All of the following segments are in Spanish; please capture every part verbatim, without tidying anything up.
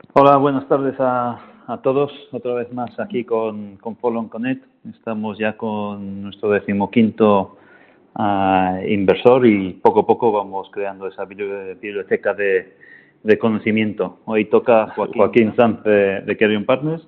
Hola, buenas tardes a, a todos. Otra vez más aquí con, con Follow Connect. Estamos ya con nuestro decimoquinto uh, inversor y poco a poco vamos creando esa biblioteca de, de conocimiento. Hoy toca Joaquín, Joaquín Sanz de, de Carrion Partners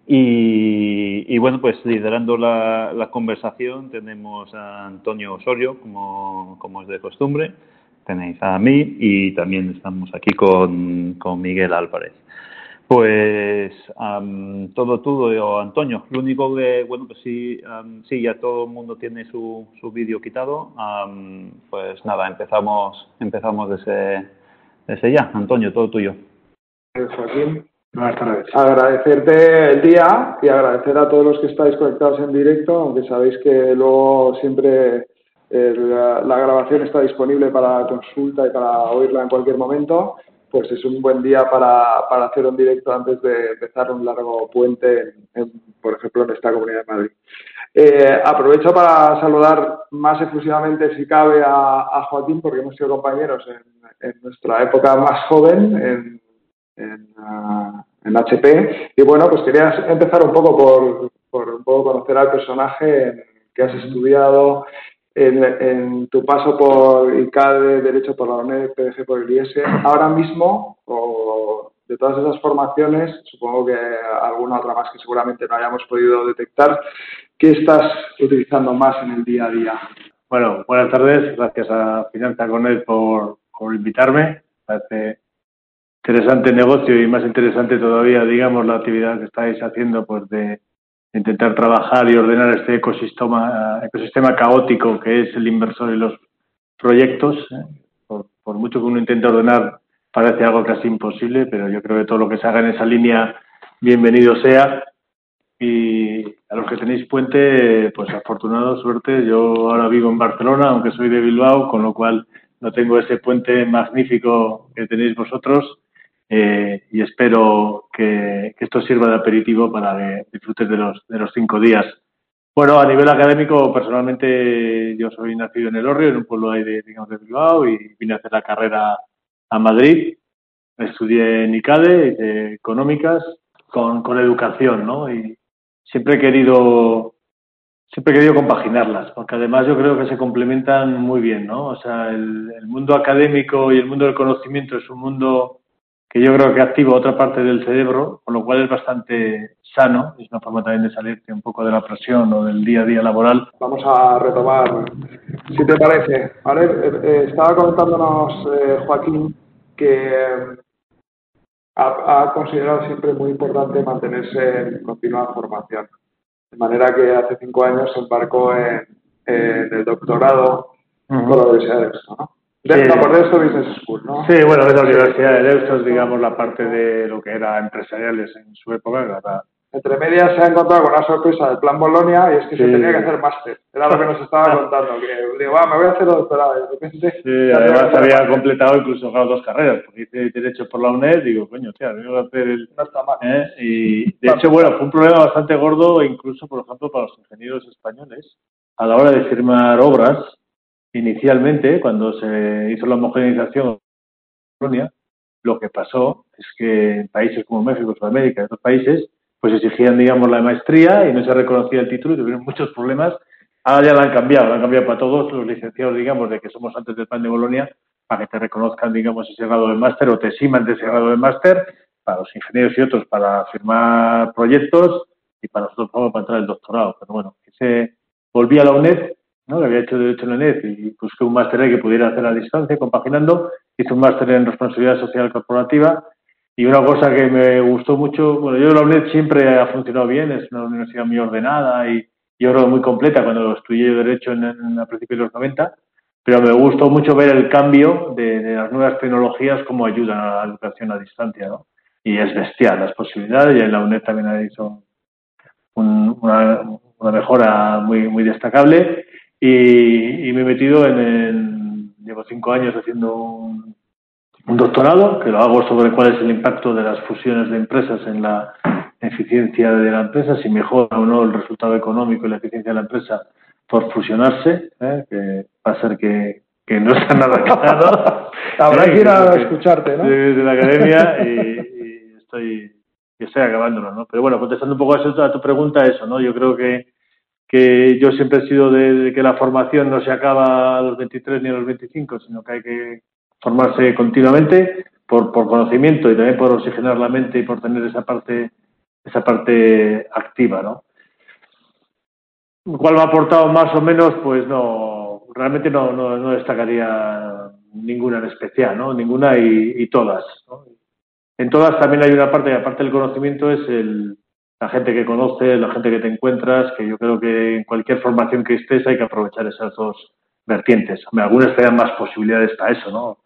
y, y bueno, pues liderando la, la conversación tenemos a Antonio Osorio, como, como es de costumbre. Tenéis a mí y también estamos aquí con, con Miguel Álvarez. Pues um, todo tuyo, Antonio. Lo único que, bueno, pues sí, um, sí, ya todo el mundo tiene su, su vídeo quitado. Um, pues nada, empezamos empezamos desde, desde ya. Antonio, todo tuyo. Joaquín, buenas tardes. Agradecerte el día y agradecer a todos los que estáis conectados en directo, aunque sabéis que luego siempre eh, la, la grabación está disponible para consulta y para oírla en cualquier momento. Pues es un buen día para, para hacer un directo antes de empezar un largo puente, en, en, por ejemplo, en esta Comunidad de Madrid. Eh, aprovecho para saludar más efusivamente, si cabe, a, a Joaquín, porque hemos sido compañeros en, en nuestra época más joven, en, en, uh, en H P. Y bueno, pues quería empezar un poco por, por un poco conocer al personaje que has estudiado, En, en tu paso por I C A D E, Derecho por la UNED, P D G por el I S. Ahora mismo, o de todas esas formaciones, supongo que alguna otra más que seguramente no hayamos podido detectar, ¿qué estás utilizando más en el día a día? Bueno, buenas tardes. Gracias a Finanza Connect por, por invitarme. Parece interesante el negocio y más interesante todavía, digamos, la actividad que estáis haciendo, pues de intentar trabajar y ordenar este ecosistema, ecosistema caótico que es el inversor y los proyectos. Por, por mucho que uno intente ordenar, parece algo casi imposible, pero yo creo que todo lo que se haga en esa línea, bienvenido sea. Y a los que tenéis puente, pues afortunado, suerte. Yo ahora vivo en Barcelona, aunque soy de Bilbao, con lo cual no tengo ese puente magnífico que tenéis vosotros. Eh, y espero que, que esto sirva de aperitivo para que disfrutes de los, de los cinco días. Bueno, a nivel académico, personalmente yo soy nacido en Elorrio, en un pueblo ahí de, digamos, de Bilbao, y vine a hacer la carrera a Madrid. Estudié en I C A D E, hice económicas, con, con educación, ¿no? Y siempre he querido siempre he querido compaginarlas, porque además yo creo que se complementan muy bien, ¿no? O sea, el, el mundo académico y el mundo del conocimiento es un mundo que yo creo que activa otra parte del cerebro, con lo cual es bastante sano, es una forma también de salirte un poco de la presión o del día a día laboral. Vamos a retomar, si te parece. Vale, eh, estaba contándonos eh, Joaquín que ha, ha considerado siempre muy importante mantenerse en continua formación. De manera que hace cinco años se embarcó en, en el doctorado uh-huh. por la Universidad de Deusto, ¿no? De, sí. No, por Deusto Business School, ¿no? Sí, bueno, es la Universidad de Deusto, es, digamos, la parte de lo que era empresariales en su época. La... Entre medias se ha encontrado con una sorpresa del plan Bolonia y es que sí. se tenía que hacer máster. Era lo que nos estaba contando, que digo, ah, me voy a hacer doctorado. Y de repente, sí, además había máster. completado incluso claro, dos carreras, porque hice Derecho por la UNED, digo, coño, tío, me voy a hacer el... No está mal. ¿Eh? Y de hecho, bueno, fue un problema bastante gordo, incluso, por ejemplo, para los ingenieros españoles, a la hora de firmar obras. Inicialmente, cuando se hizo la homogeneización de Polonia, lo que pasó es que en países como México, Sudamérica y otros países, pues exigían, digamos, la maestría y no se reconocía el título y tuvieron muchos problemas. Ahora ya la han cambiado, la han cambiado para todos los licenciados, digamos, de que somos antes del plan de Bolonia, para que te reconozcan, digamos, ese grado de máster o te eximan de ese grado de máster, para los ingenieros y otros para firmar proyectos y para nosotros para entrar el doctorado. Pero bueno, que se volvía a la UNED, ¿no? Que había hecho Derecho en la UNED y busqué un máster que pudiera hacer a distancia, compaginando. Hice un máster en Responsabilidad Social Corporativa y una cosa que me gustó mucho, bueno, yo la UNED siempre ha funcionado bien, es una universidad muy ordenada y yo creo muy completa cuando estudié Derecho en, en, a principios de los noventa, pero me gustó mucho ver el cambio de, de las nuevas tecnologías, cómo ayudan a la educación a distancia, ¿no? Y es bestial las posibilidades y en la UNED también ha hecho un, una, una mejora muy, muy destacable. Y, y me he metido en, en llevo cinco años haciendo un, un doctorado que lo hago sobre cuál es el impacto de las fusiones de empresas en la eficiencia de la empresa, si mejora o no el resultado económico y la eficiencia de la empresa por fusionarse, ¿eh? Que va a ser que, que no está nada claro. Habrá ¿eh? que ir a que, escucharte, ¿no? Desde la academia y, y estoy, y estoy acabándolo, ¿no? Pero bueno, contestando un poco a, eso, a tu pregunta, eso, ¿no? Yo creo que, que yo siempre he sido de, de que la formación no se acaba a los veintitrés ni a los veinticinco, sino que hay que formarse continuamente por, por conocimiento y también por oxigenar la mente y por tener esa parte, esa parte activa, ¿no? ¿Cuál me ha aportado más o menos? Pues no, realmente no, no, no destacaría ninguna en especial, ¿no? Ninguna y, y todas, ¿no? En todas también hay una parte, y aparte del conocimiento, es el, la gente que conoces, la gente que te encuentras, que yo creo que en cualquier formación que estés hay que aprovechar esas dos vertientes. Hombre, algunas te dan más posibilidades para eso, ¿no?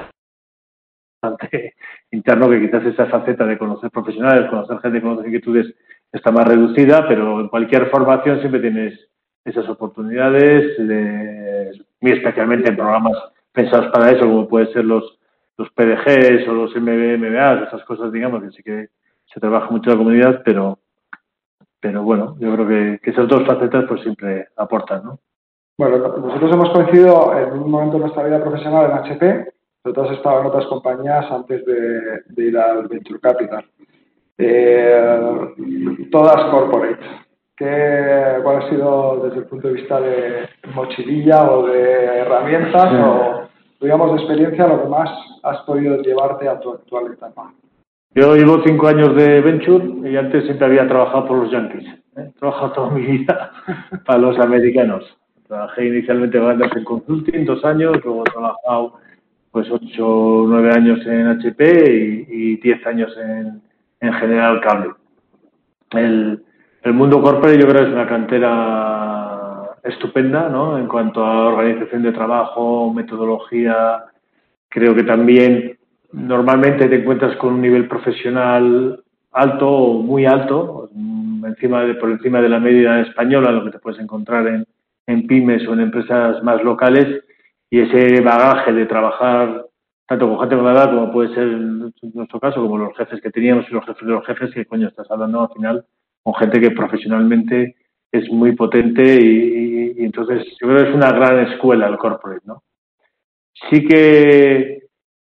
Bastante interno, que quizás esa faceta de conocer profesionales, conocer gente con otras inquietudes está más reducida, pero en cualquier formación siempre tienes esas oportunidades, de, muy especialmente en programas pensados para eso, como pueden ser los, los P D Gs o los M B M As, esas cosas, digamos, que sí que se trabaja mucho en la comunidad, pero, pero bueno, yo creo que, que esas dos facetas pues siempre aportan, ¿no? Bueno, nosotros hemos coincidido en un momento de nuestra vida profesional en H P, pero tú has estado en otras compañías antes de, de ir al Venture Capital. Eh, todas corporate. ¿Qué, ¿Cuál ha sido desde el punto de vista de mochililla o de herramientas sí. o, digamos, de experiencia lo que más has podido llevarte a tu actual etapa? Yo llevo cinco años de Venture y antes siempre había trabajado por los Yankees. ¿eh? He trabajado toda mi vida para los americanos. Trabajé inicialmente en consulting, dos años, luego he trabajado pues ocho o nueve años en H P y, y diez años en, en General Cable. El, el mundo corporate yo creo que es una cantera estupenda, ¿no? En cuanto a organización de trabajo, metodología, creo que también normalmente te encuentras con un nivel profesional alto o muy alto, encima de, por encima de la media española, lo que te puedes encontrar en, en pymes o en empresas más locales, y ese bagaje de trabajar tanto con gente con la edad como puede ser en nuestro caso, como los jefes que teníamos y los jefes de los jefes, que coño estás hablando al final con gente que profesionalmente es muy potente y, y, y entonces yo creo que es una gran escuela el corporate, ¿no? Sí que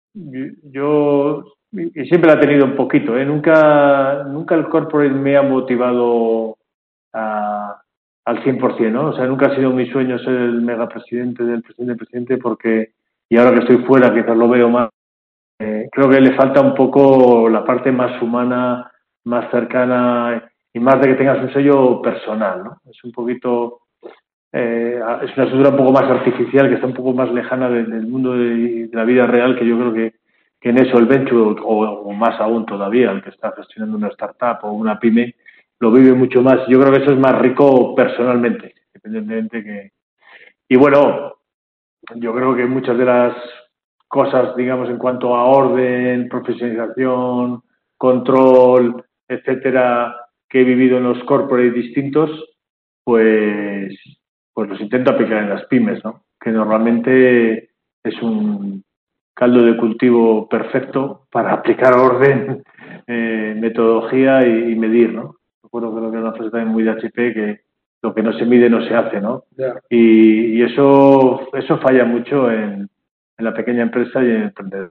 yo, y siempre la he tenido un poquito, ¿eh? Nunca, nunca el corporate me ha motivado a, al cien por ciento, ¿no? O sea, nunca ha sido mi sueño ser el megapresidente del presidente del presidente porque, y ahora que estoy fuera quizás lo veo más, eh, creo que le falta un poco la parte más humana, más cercana y más de que tengas un sello personal, ¿no? Es un poquito... Eh, es una estructura un poco más artificial, que está un poco más lejana de, del mundo de, de la vida real, que yo creo que, que en eso el venture, o, o más aún todavía, el que está gestionando una startup o una pyme, lo vive mucho más. Yo creo que eso es más rico personalmente, independientemente que... Y bueno, yo creo que muchas de las cosas, digamos, en cuanto a orden, profesionalización, control, etcétera, que he vivido en los corporate distintos, pues... pues los intento aplicar en las pymes, ¿no? Que normalmente es un caldo de cultivo perfecto para aplicar orden, eh, metodología y, y medir, ¿no? Recuerdo creo que era una frase también muy de H P que lo que no se mide no se hace, ¿no? Yeah. Y, y eso eso falla mucho en, en la pequeña empresa y en el emprendedor.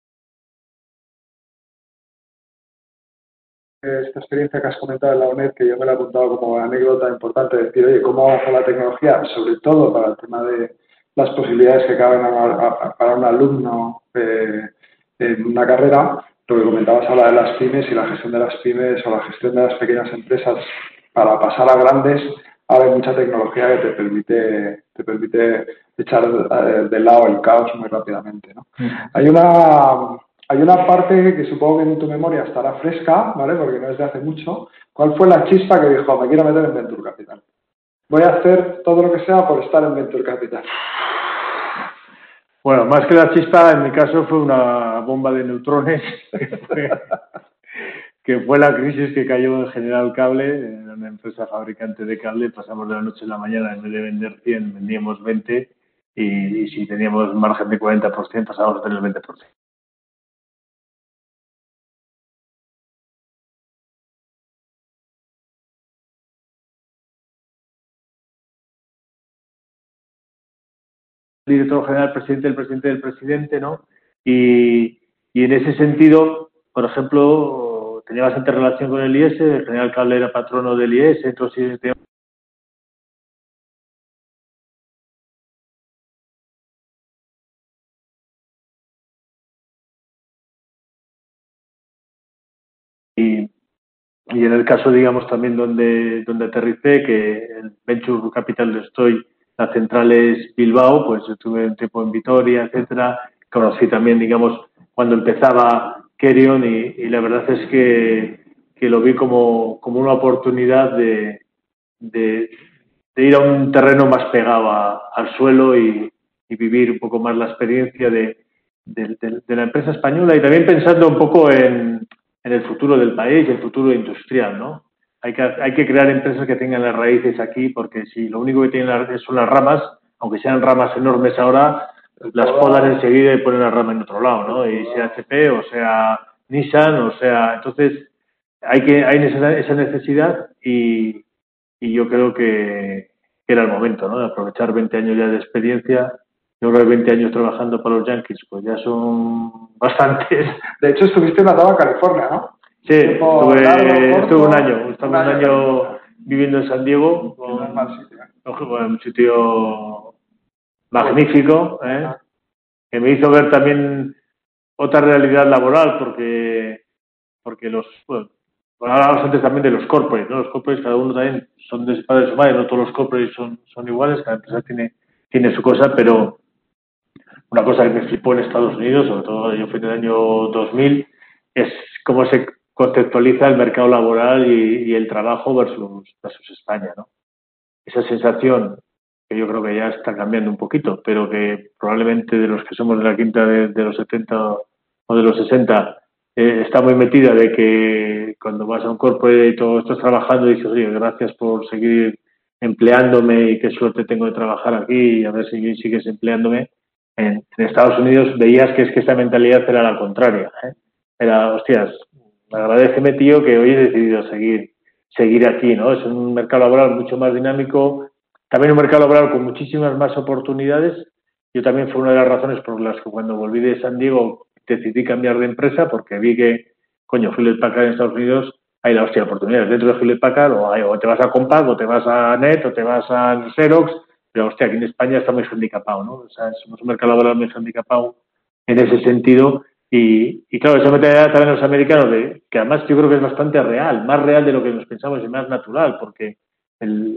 Esta experiencia que has comentado en la UNED, que yo me la he apuntado como anécdota importante, de decir, oye, ¿cómo con la tecnología, sobre todo para el tema de las posibilidades que caben a, a, para un alumno eh, en una carrera? Lo que comentabas ahora de las pymes y la gestión de las pymes o la gestión de las pequeñas empresas para pasar a grandes, hay mucha tecnología que te permite, te permite echar de lado el caos muy rápidamente, ¿no? Uh-huh. Hay una... Hay una parte que supongo que en tu memoria estará fresca, ¿vale? Porque no es de hace mucho. ¿Cuál fue la chispa que dijo, me quiero meter en Venture Capital? Voy a hacer todo lo que sea por estar en Venture Capital. Bueno, más que la chispa, en mi caso fue una bomba de neutrones, que fue, que fue la crisis que cayó en General Cable, en una empresa fabricante de cable. Pasamos de la noche a la mañana, en vez de vender cien, vendíamos veinte, y, y si teníamos margen de cuarenta por ciento, pasábamos a tener el veinte por ciento. El director general, presidente del presidente del presidente, ¿no? Y, y en ese sentido, por ejemplo, tenía bastante relación con el I E S, el general Cable era patrono del I E S, entonces tenía y, y en el caso, digamos, también donde, donde aterricé, que el Venture Capital de estoy, la central es Bilbao, pues estuve un tiempo en Vitoria, etcétera. Conocí también, digamos, cuando empezaba Kerion y, y la verdad es que, que lo vi como, como una oportunidad de, de, de ir a un terreno más pegado a, al suelo y, y vivir un poco más la experiencia de, de, de, de la empresa española y también pensando un poco en, en el futuro del país, el futuro industrial, ¿no? Hay que, hay que crear empresas que tengan las raíces aquí, porque si lo único que tienen son las ramas, aunque sean ramas enormes ahora, las podan enseguida y ponen la rama en otro lado, ¿no? Y sea H P o sea Nissan o sea... Entonces, hay que hay esa necesidad y, y yo creo que, que era el momento, ¿no? De aprovechar veinte años ya de experiencia. Yo creo que veinte años trabajando para los Yankees, pues ya son bastantes. De hecho, estuviste en la Taba, California, ¿no? Sí, estuve, largo, estuve un año, estuve un año, un año viviendo en San Diego, con, en un, sitio. un sitio magnífico, ¿eh? Que me hizo ver también otra realidad laboral, porque porque los, bueno, hablábamos antes también de los corporates, ¿no? Los corporates, cada uno también son de su padre y de su madre, no todos los corporates son, son iguales, cada empresa tiene, tiene su cosa, pero una cosa que me flipó en Estados Unidos, sobre todo yo fui en el año dos mil, es cómo se conceptualiza el mercado laboral y, y el trabajo versus, versus España, ¿no? Esa sensación que yo creo que ya está cambiando un poquito, pero que probablemente de los que somos de la quinta de, de los setenta o de los sesenta eh, está muy metida, de que cuando vas a un corporate y todo estás trabajando y dices, oye, gracias por seguir empleándome y qué suerte tengo de trabajar aquí y a ver si sigues empleándome. En, en Estados Unidos veías que es que esta mentalidad era la contraria, ¿eh? Era, hostias, agradéceme, tío, que hoy he decidido seguir seguir aquí, ¿no? Es un mercado laboral mucho más dinámico, también un mercado laboral con muchísimas más oportunidades. Yo también fue una de las razones por las que cuando volví de San Diego decidí cambiar de empresa, porque vi que, coño, Hewlett Packard en Estados Unidos hay la hostia de oportunidades. Dentro de Hewlett Packard o, hay, o te vas a Compaq, o te vas a Net, o te vas a Xerox, pero hostia, aquí en España está muy handicapado, ¿no? O sea, somos un mercado laboral muy handicapado en ese sentido. Y, y claro, esa mentalidad también los americanos, de, que además yo creo que es bastante real, más real de lo que nos pensamos y más natural, porque el,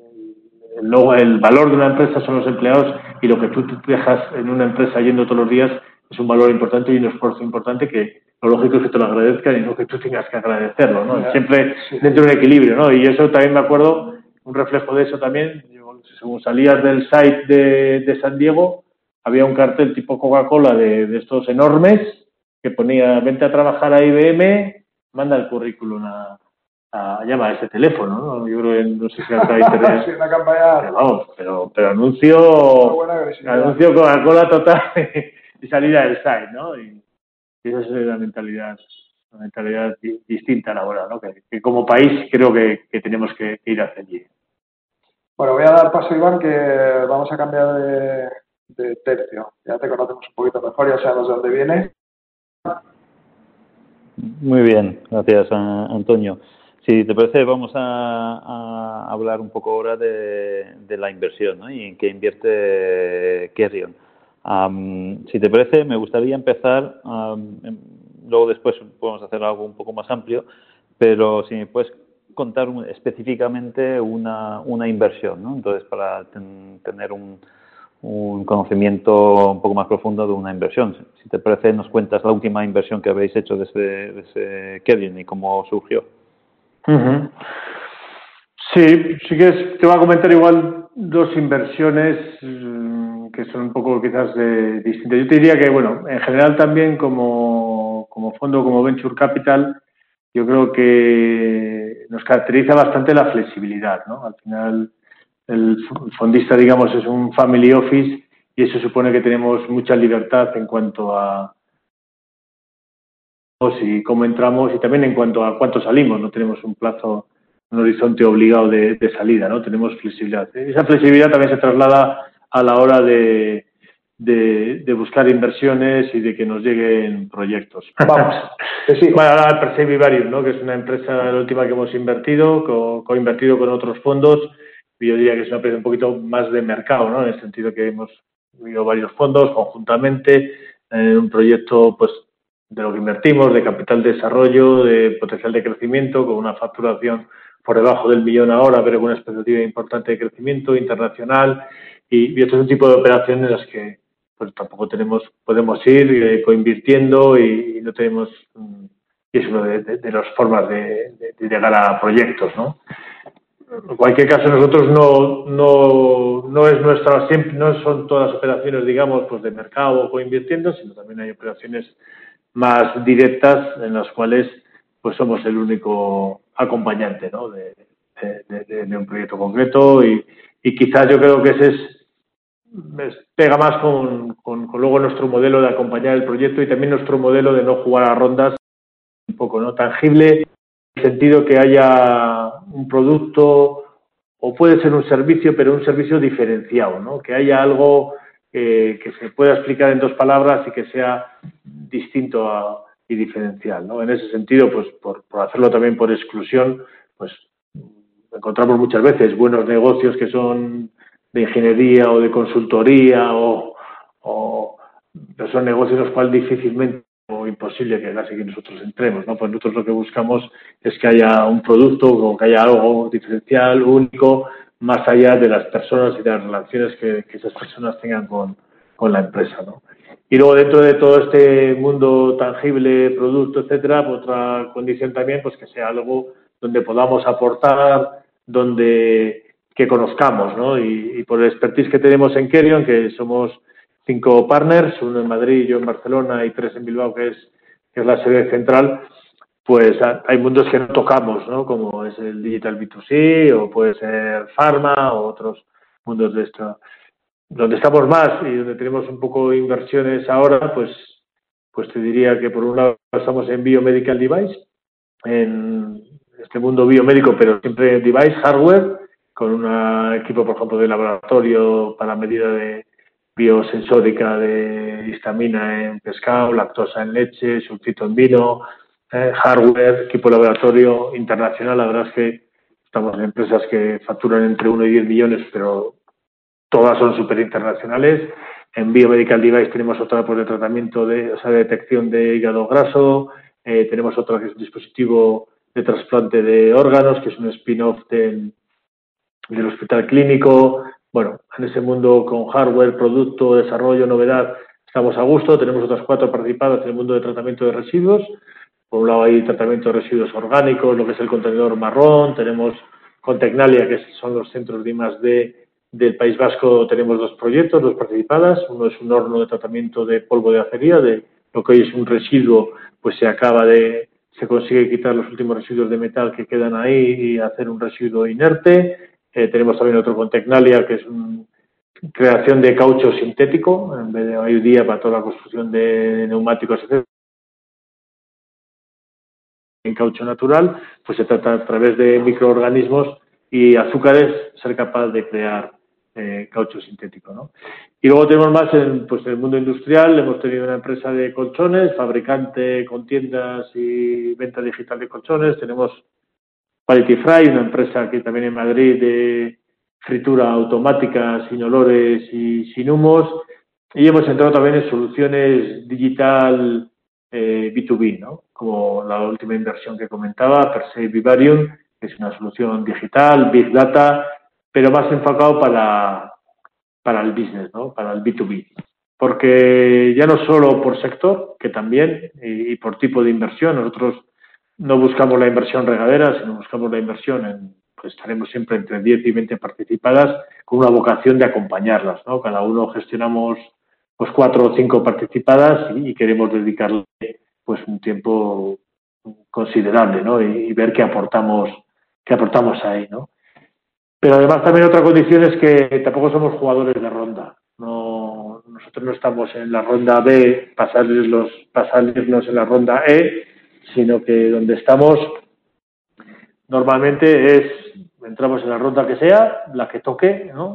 el, el, el, el valor de una empresa son los empleados y lo que tú te dejas en una empresa yendo todos los días es un valor importante y un esfuerzo importante que lo lógico es que te lo agradezcan y no que tú tengas que agradecerlo, ¿no? Siempre dentro de un equilibrio, ¿no? Y eso también me acuerdo, un reflejo de eso también, yo, según salías del site de, de San Diego, había un cartel tipo Coca-Cola de, de estos enormes que ponía, vente a trabajar a I B M, manda el currículum a, a llama a ese teléfono, ¿no? Yo creo que no sé si acá internet. Sí, una campaña. Pero vamos, pero, pero anuncio, anuncio Coca-Cola total y salida del site, ¿no? Y, y esa es la mentalidad, la mentalidad distinta laboral, ¿no? Que, que como país creo que, que tenemos que ir hacia allí. Bueno, voy a dar paso, Iván, que vamos a cambiar de, de tercio. Ya te conocemos un poquito mejor, ya sabemos de dónde viene. Muy bien, gracias, Antonio. Si te parece, vamos a, a hablar un poco ahora de, de la inversión, ¿no? Y en qué invierte Kerion. Um, si te parece, me gustaría empezar, um, luego después podemos hacer algo un poco más amplio, pero si me puedes contar un, específicamente una, una inversión, ¿no? Entonces, para ten, tener un, un conocimiento un poco más profundo de una inversión. Si te parece, nos cuentas la última inversión que habéis hecho desde, desde Kerion y cómo surgió. Uh-huh. Sí, sí que es, te voy a comentar igual dos inversiones mmm, que son un poco quizás de, distintas. Yo te diría que, bueno, en general también como, como fondo, como Venture Capital, yo creo que nos caracteriza bastante la flexibilidad, ¿no? Al final, el fondista, digamos, es un family office y eso supone que tenemos mucha libertad en cuanto a y cómo entramos y también en cuanto a cuánto salimos. No tenemos un plazo, un horizonte obligado de, de salida, ¿no? Tenemos flexibilidad. Esa flexibilidad también se traslada a la hora de, de, de buscar inversiones y de que nos lleguen proyectos. Vamos. Sí. Bueno, ahora Persei Vivarium, ¿no? Que es una empresa la última que hemos invertido, co- co-invertido con otros fondos, y yo diría que es una empresa un poquito más de mercado, ¿no? En el sentido que hemos ido varios fondos conjuntamente en un proyecto, pues, de lo que invertimos, de capital de desarrollo, de potencial de crecimiento, con una facturación por debajo del millón ahora, pero con una expectativa importante de crecimiento internacional, y, y esto es un tipo de operaciones en las que pues tampoco tenemos, podemos ir eh, coinvirtiendo y, y no tenemos, y es una de, de, de las formas de, de, de llegar a proyectos, ¿no? En cualquier caso, nosotros no, no, no es nuestra, siempre, no son todas las operaciones, digamos, pues de mercado o coinvirtiendo, sino también hay operaciones más directas en las cuales pues somos el único acompañante, ¿no? de, de, de, de un proyecto concreto y, y quizás yo creo que ese es pega más con, con, con luego nuestro modelo de acompañar el proyecto y también nuestro modelo de no jugar a rondas un poco no tangible, en el sentido que haya un producto o puede ser un servicio, pero un servicio diferenciado, ¿no? Que haya algo eh, que se pueda explicar en dos palabras y que sea distinto a, y diferencial, ¿no? En ese sentido, pues por, por hacerlo también por exclusión, pues encontramos muchas veces buenos negocios que son de ingeniería o de consultoría o, o son negocios en los cuales difícilmente o imposible que casi que nosotros entremos, ¿no? Pues nosotros lo que buscamos es que haya un producto o que haya algo diferencial, único, más allá de las personas y de las relaciones que, que esas personas tengan con, con la empresa, ¿no? Y luego dentro de todo este mundo tangible, producto, etcétera, pues otra condición también, pues que sea algo donde podamos aportar, donde que conozcamos, ¿no? Y, y por el expertise que tenemos en Kerion, que somos cinco partners, uno en Madrid, yo en Barcelona y tres en Bilbao, que es, que es la sede central, pues hay mundos que no tocamos, ¿no? Como es el digital B dos C o puede ser pharma o otros mundos de esto. Donde estamos más y donde tenemos un poco de inversiones ahora, pues, pues te diría que por un lado estamos en Biomedical Device, en este mundo biomédico, pero siempre device, hardware, con un equipo, por ejemplo, de laboratorio para medida de biosensórica de histamina en pescado, lactosa en leche, sulfito en vino, eh, hardware, equipo de laboratorio internacional. La verdad es que estamos en empresas que facturan entre uno y diez millones, pero todas son súper internacionales. En Biomedical Device tenemos otra pues, de tratamiento, de, o sea, de detección de hígado graso, eh, tenemos otra que es un dispositivo de trasplante de órganos, que es un spin-off del, del hospital clínico. Bueno, en ese mundo con hardware, producto, desarrollo, novedad, estamos a gusto. Tenemos otras cuatro participadas en el mundo de tratamiento de residuos. Por un lado hay tratamiento de residuos orgánicos, lo que es el contenedor marrón. Tenemos con Tecnalia, que son los centros de I más D del País Vasco, tenemos dos proyectos, dos participadas. Uno es un horno de tratamiento de polvo de acería, de lo que hoy es un residuo, pues se acaba de, se consigue quitar los últimos residuos de metal que quedan ahí y hacer un residuo inerte. Eh, tenemos también otro con Tecnalia, que es una creación de caucho sintético, en vez de hoy día para toda la construcción de neumáticos, etcétera, en caucho natural, pues se trata a través de microorganismos y azúcares ser capaz de crear eh, caucho sintético, ¿no? Y luego tenemos más en, pues, en el mundo industrial. Hemos tenido una empresa de colchones, fabricante con tiendas y venta digital de colchones. Tenemos Quality Fry, una empresa aquí también en Madrid de fritura automática, sin olores y sin humos. Y hemos entrado también en soluciones digital eh, B dos B, ¿no? Como la última inversión que comentaba, Persei Vivarium, que es una solución digital, Big Data, pero más enfocado para, para el business, ¿no? Para el B dos B. Porque ya no solo por sector, que también, y, y por tipo de inversión, nosotros no buscamos la inversión regadera, sino buscamos la inversión en, pues estaremos siempre entre diez y veinte participadas con una vocación de acompañarlas, ¿no? Cada uno gestionamos pues cuatro o cinco participadas y, y queremos dedicarle pues un tiempo considerable, ¿no? Y, y ver qué aportamos, qué aportamos ahí, ¿no? Pero además también otra condición es que tampoco somos jugadores de ronda. No, nosotros no estamos en la ronda B para salirnos, para salirnos en la ronda E, sino que donde estamos normalmente es, entramos en la ronda que sea, la que toque, ¿no?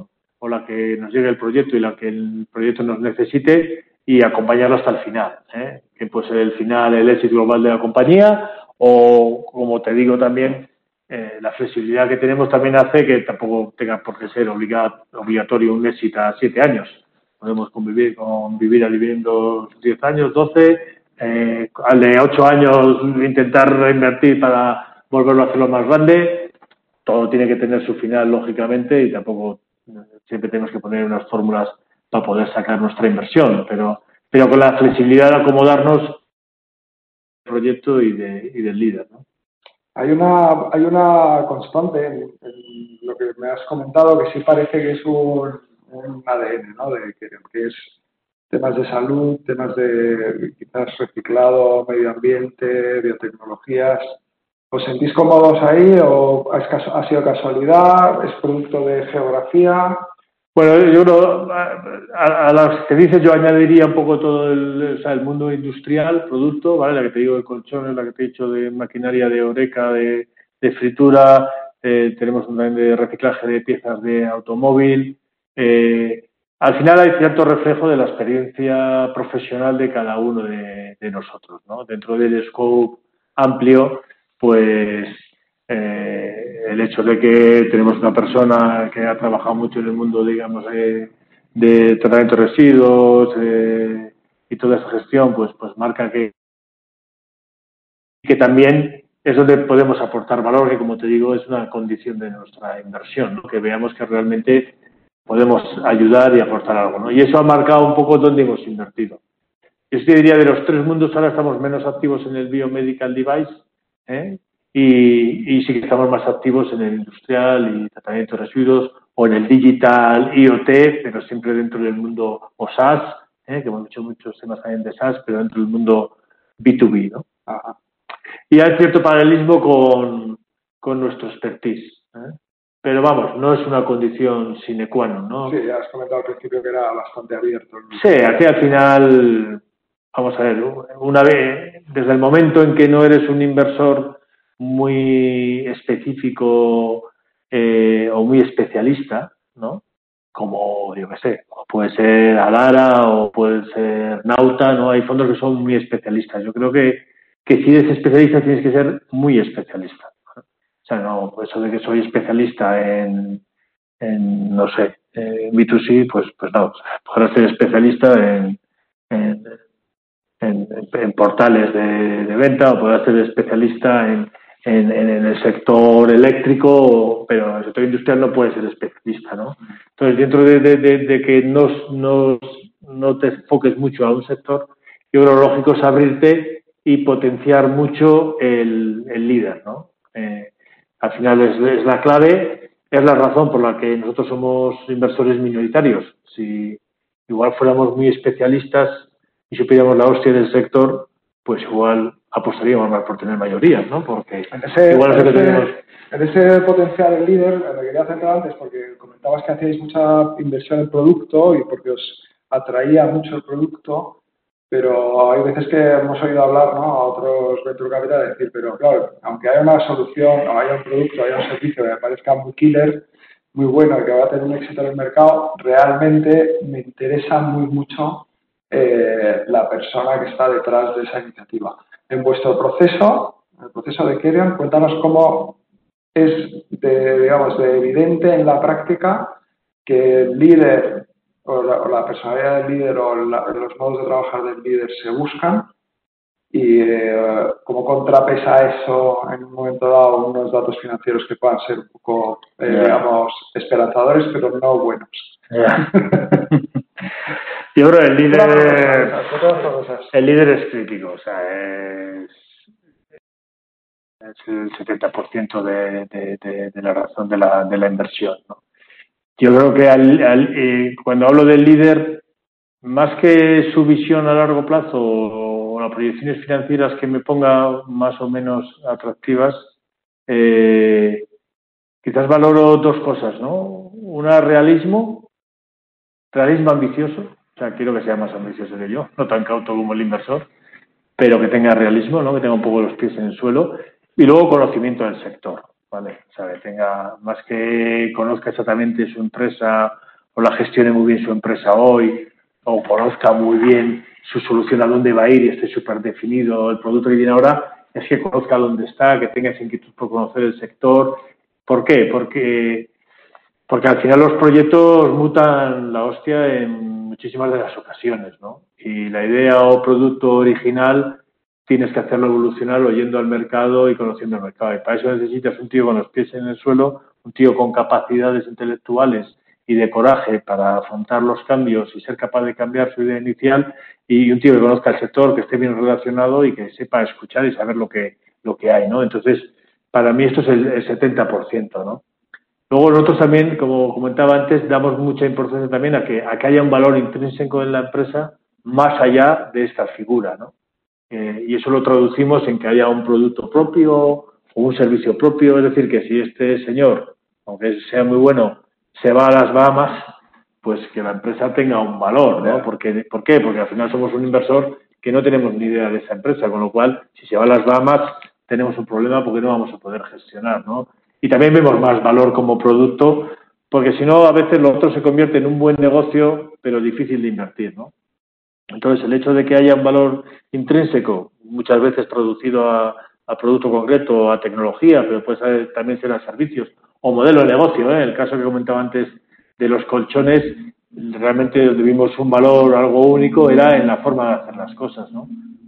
o la que nos llegue el proyecto y la que el proyecto nos necesite y acompañarlo hasta el final, ¿eh? Que puede ser el final, el éxito global de la compañía o, como te digo también, eh, la flexibilidad que tenemos también hace que tampoco tenga por qué ser obligado, obligatorio un éxito a siete años. Podemos convivir, convivir viviendo diez años, doce, eh, al de ocho años intentar reinvertir para volverlo a hacerlo más grande. Todo tiene que tener su final, lógicamente, y tampoco siempre tenemos que poner unas fórmulas para poder sacar nuestra inversión, pero, pero con la flexibilidad de acomodarnos del proyecto y, de, y del líder, ¿no? Hay una, hay una constante en, en lo que me has comentado que sí parece que es un, un A D N, ¿no? De, que, que es temas de salud, temas de quizás reciclado, medio ambiente, biotecnologías. ¿Os sentís cómodos ahí o es, ha sido casualidad? ¿Es producto de geografía? Bueno, yo creo, a, a las que dices yo añadiría un poco todo el, o sea, el mundo industrial, producto, ¿vale? La que te digo de colchones, la que te he dicho de maquinaria de oreca, de, de fritura, eh, tenemos un también de reciclaje de piezas de automóvil. Eh, al final hay cierto reflejo de la experiencia profesional de cada uno de, de nosotros, ¿no? Dentro del scope amplio, pues eh, el hecho de que tenemos una persona que ha trabajado mucho en el mundo, digamos, eh, de tratamiento de residuos eh, y toda esa gestión, pues, pues marca que, que también es donde podemos aportar valor, que como te digo es una condición de nuestra inversión, ¿no? Que veamos que realmente podemos ayudar y aportar algo, ¿no? Y eso ha marcado un poco dónde hemos invertido. Yo te diría, de los tres mundos ahora estamos menos activos en el biomedical device, ¿eh? Y, y sí que estamos más activos en el industrial y tratamiento de residuos o en el digital I O T, pero siempre dentro del mundo o SaaS, ¿eh? Que hemos hecho muchos temas también de SaaS, pero dentro del mundo B dos B, ¿no? Ajá. Y hay cierto paralelismo con, con nuestro expertise, ¿eh? Pero vamos, no es una condición sine qua non, ¿no? Sí, ya has comentado al principio que era bastante abierto. Sí, aquí al final, vamos a ver, una vez, desde el momento en que no eres un inversor muy específico eh, o muy especialista, ¿no? Como, yo qué sé, puede ser Alara o puede ser Nauta, ¿no? Hay fondos que son muy especialistas. Yo creo que, que si eres especialista tienes que ser muy especialista. O sea, no, eso de que soy especialista en, en no sé, en B dos C, pues, pues no, podrás ser especialista en, en, en, en portales de, de venta o podrás ser especialista en, en, en el sector eléctrico, pero en el sector industrial no puedes ser especialista, ¿no? Entonces, dentro de, de, de, de que no, no, no te enfoques mucho a un sector, yo creo que lo lógico es abrirte y potenciar mucho el, el líder, ¿no? Eh, al final es, es la clave, es la razón por la que nosotros somos inversores minoritarios. Si igual fuéramos muy especialistas y supiéramos la hostia del sector, pues igual apostaríamos más por tener mayorías, ¿no? Porque en ese, igual en es que ese, tenemos... en ese potencial del líder, me quería centrar antes porque comentabas que hacíais mucha inversión en producto y porque os atraía mucho el producto, pero hay veces que hemos oído hablar, ¿no?, a otros venture capital decir, pero claro, aunque haya una solución o haya un producto, haya un servicio que me parezca muy killer, muy bueno y que va a tener un éxito en el mercado, realmente me interesa muy mucho eh, la persona que está detrás de esa iniciativa. En vuestro proceso, el proceso de Kerion, cuéntanos cómo es, de, digamos, de evidente en la práctica que el líder o la, o la personalidad del líder o la, los modos de trabajar del líder se buscan y eh, cómo contrapesa eso en un momento dado unos datos financieros que puedan ser un poco, eh, yeah. digamos, esperanzadores, pero no buenos. Yeah. Yo creo que el líder, el líder es crítico, o sea, es, es el setenta por ciento de, de, de, de la razón de la, de la inversión, ¿no? Yo creo que al, al, eh, cuando hablo del líder, más que su visión a largo plazo o, o las proyecciones financieras que me ponga más o menos atractivas, eh, quizás valoro dos cosas, ¿no? Una, realismo, realismo ambicioso, o sea, quiero que sea más ambicioso que yo, no tan cauto como el inversor, pero que tenga realismo, ¿no? Que tenga un poco los pies en el suelo, y luego conocimiento del sector, ¿vale? O sea, que tenga, más que conozca exactamente su empresa o la gestione muy bien su empresa hoy, o conozca muy bien su solución a dónde va a ir y esté súper definido el producto que tiene ahora, es que conozca dónde está, que tenga esa inquietud por conocer el sector. ¿Por qué? Porque, porque al final los proyectos mutan la hostia en muchísimas de las ocasiones, ¿no? Y la idea o producto original tienes que hacerlo evolucionar oyendo al mercado y conociendo el mercado. Y para eso necesitas un tío con los pies en el suelo, un tío con capacidades intelectuales y de coraje para afrontar los cambios y ser capaz de cambiar su idea inicial, y un tío que conozca el sector, que esté bien relacionado y que sepa escuchar y saber lo que, lo que hay, ¿no? Entonces, para mí esto es el, el setenta por ciento, ¿no? Luego nosotros también, como comentaba antes, damos mucha importancia también a que, a que haya un valor intrínseco en la empresa más allá de esta figura, ¿no? Eh, y eso lo traducimos en que haya un producto propio o un servicio propio, es decir, que si este señor, aunque sea muy bueno, se va a las Bahamas, pues que la empresa tenga un valor, ¿no? Porque, ¿por qué? Porque al final somos un inversor que no tenemos ni idea de esa empresa, con lo cual, si se va a las Bahamas, tenemos un problema porque no vamos a poder gestionar, ¿no? Y también vemos más valor como producto, porque si no, a veces lo otro se convierte en un buen negocio, pero difícil de invertir, ¿no? Entonces, el hecho de que haya un valor intrínseco, muchas veces traducido a, a producto concreto, a tecnología, pero puede ser, también ser a servicios o modelo de negocio, ¿eh? El caso que comentaba antes de los colchones, realmente donde vimos un valor algo único era en la forma de hacer las cosas, ¿no?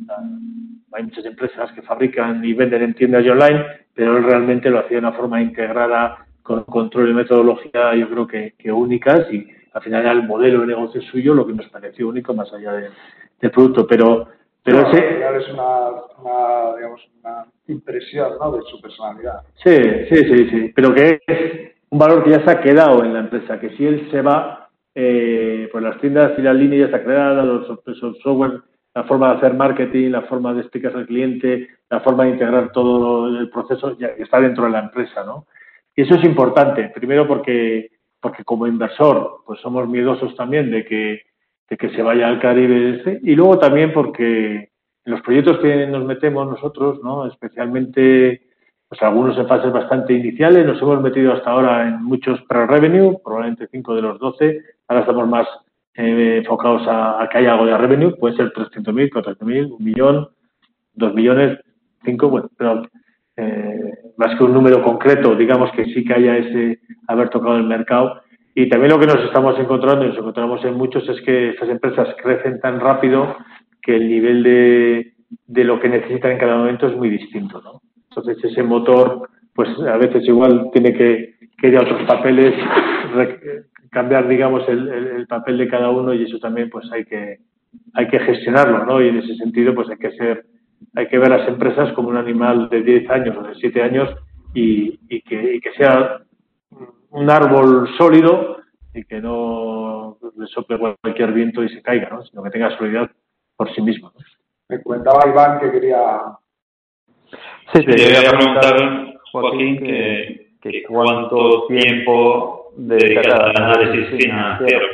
Hay muchas empresas que fabrican y venden en tiendas y online, pero él realmente lo hacía de una forma integrada, con control y metodología, yo creo que, que únicas, y al final era el modelo de negocio suyo lo que nos pareció único más allá de, del producto. Pero, pero no, ese... al final es una, una, digamos, una impresión, ¿no?, de su personalidad. Sí, sí, sí, sí, pero que es un valor que ya se ha quedado en la empresa, que si él se va, eh, pues las tiendas y las líneas ya está creada, los, los software, la forma de hacer marketing, la forma de explicar al cliente, la forma de integrar todo el proceso, ya está dentro de la empresa, ¿no? Y eso es importante, primero porque, porque como inversor, pues somos miedosos también de que, de que se vaya al Caribe ese, y luego también porque en los proyectos que nos metemos nosotros, ¿no?, especialmente pues algunos en fases bastante iniciales, nos hemos metido hasta ahora en muchos pre-revenue, probablemente cinco de los doce, ahora estamos más eh, enfocados a, a que haya algo de revenue, puede ser trescientos mil, cuatrocientos mil, un millón, dos millones, cinco, bueno, pero eh, más que un número concreto, digamos que sí que haya ese haber tocado el mercado. Y también lo que nos estamos encontrando, y nos encontramos en muchos, es que estas empresas crecen tan rápido que el nivel de, de lo que necesitan en cada momento es muy distinto, ¿no? Entonces ese motor, pues a veces igual tiene que, que ir a otros papeles, re, cambiar, digamos, el, el, el papel de cada uno, y eso también pues hay que, hay que gestionarlo, ¿no? Y en ese sentido pues hay que ser, hay que ver a las empresas como un animal de diez años o de siete años y, y, que, y que sea un árbol sólido y que no le sople cualquier viento y se caiga, ¿no?, sino que tenga solidez por sí mismo, ¿no? Me comentaba Iván que quería... Sí, te quería preguntar, Joaquín, que, que cuánto tiempo dedicas al análisis financiero.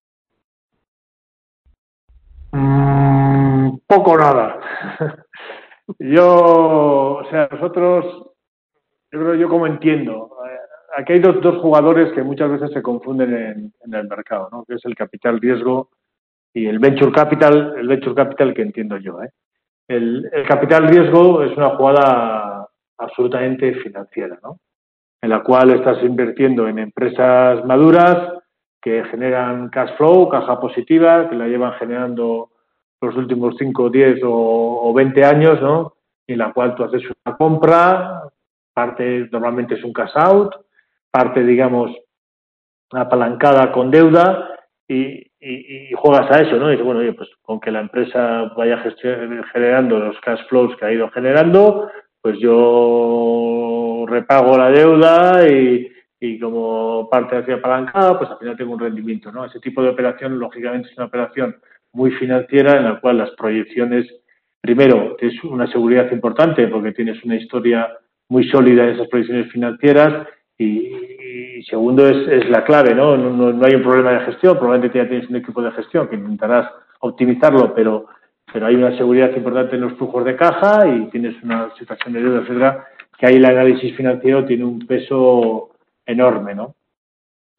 Mm, poco nada. Yo, o sea, nosotros, yo creo, yo como entiendo, aquí hay dos, dos jugadores que muchas veces se confunden en, en el mercado, ¿no?, que es el capital riesgo y el venture capital, el venture capital que entiendo yo, ¿eh? El, el capital riesgo es una jugada absolutamente financiera, ¿no?, en la cual estás invirtiendo en empresas maduras que generan cash flow, caja positiva, que la llevan generando los últimos cinco, diez o, o veinte años, ¿no?, en la cual tú haces una compra, parte normalmente es un cash out, parte, digamos, apalancada con deuda, y, y, y juegas a eso, ¿no? Y dices, bueno, oye, pues con que la empresa vaya generando los cash flows que ha ido generando, pues yo repago la deuda y, y como parte hacia apalancada, pues al final tengo un rendimiento, ¿no? Ese tipo de operación, lógicamente, es una operación muy financiera en la cual las proyecciones, primero, es una seguridad importante porque tienes una historia muy sólida en esas proyecciones financieras, y, y segundo, es, es la clave, ¿no? No, no, no hay un problema de gestión, probablemente ya tienes un equipo de gestión que intentarás optimizarlo, pero, pero hay una seguridad importante en los flujos de caja y tienes una situación de deuda, etcétera, que ahí el análisis financiero tiene un peso enorme, ¿no?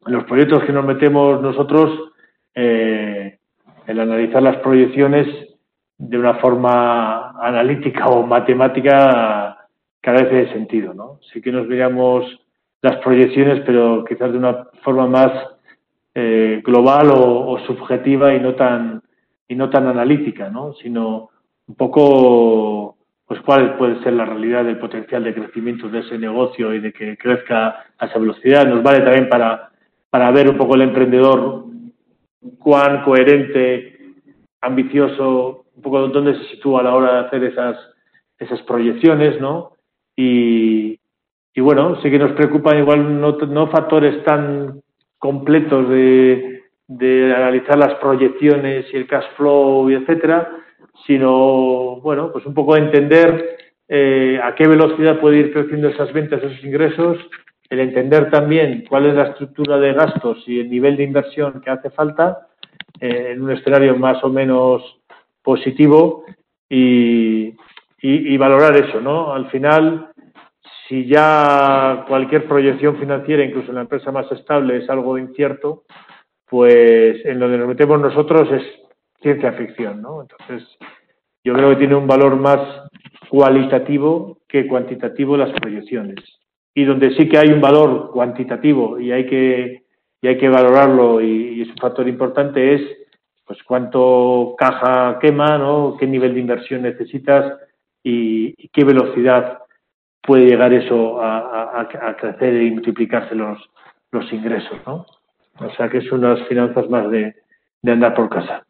en los proyectos que nos metemos nosotros, eh, el analizar las proyecciones de una forma analítica o matemática carece de sentido, ¿no? Sí que nos miramos las proyecciones, pero quizás de una forma más eh, global o, o subjetiva y no tan y no tan analítica, ¿no? Sino un poco, pues cuál puede ser la realidad del potencial de crecimiento de ese negocio y de que crezca a esa velocidad. Nos vale también para para ver un poco el emprendedor cuán coherente, ambicioso, un poco dónde se sitúa a la hora de hacer esas esas proyecciones, ¿no? Y, y bueno, sí que nos preocupan igual no, no factores tan completos de, de analizar las proyecciones y el cash flow y etcétera, sino, bueno, pues un poco entender eh, a qué velocidad puede ir creciendo esas ventas, esos ingresos, el entender también cuál es la estructura de gastos y el nivel de inversión que hace falta eh, en un escenario más o menos positivo y, y, y valorar eso, ¿no? Al final, si ya cualquier proyección financiera, incluso en la empresa más estable, es algo incierto, pues en donde nos metemos nosotros es ciencia ficción, ¿no? Entonces, yo creo que tiene un valor más cualitativo que cuantitativo las proyecciones. Y donde sí que hay un valor cuantitativo y hay que, y hay que valorarlo y, y es un factor importante es pues cuánto caja quema, ¿no? Qué nivel de inversión necesitas y, y qué velocidad puede llegar eso a, a, a crecer y multiplicarse los, los ingresos, ¿no? O sea que es unas finanzas más de, de andar por casa.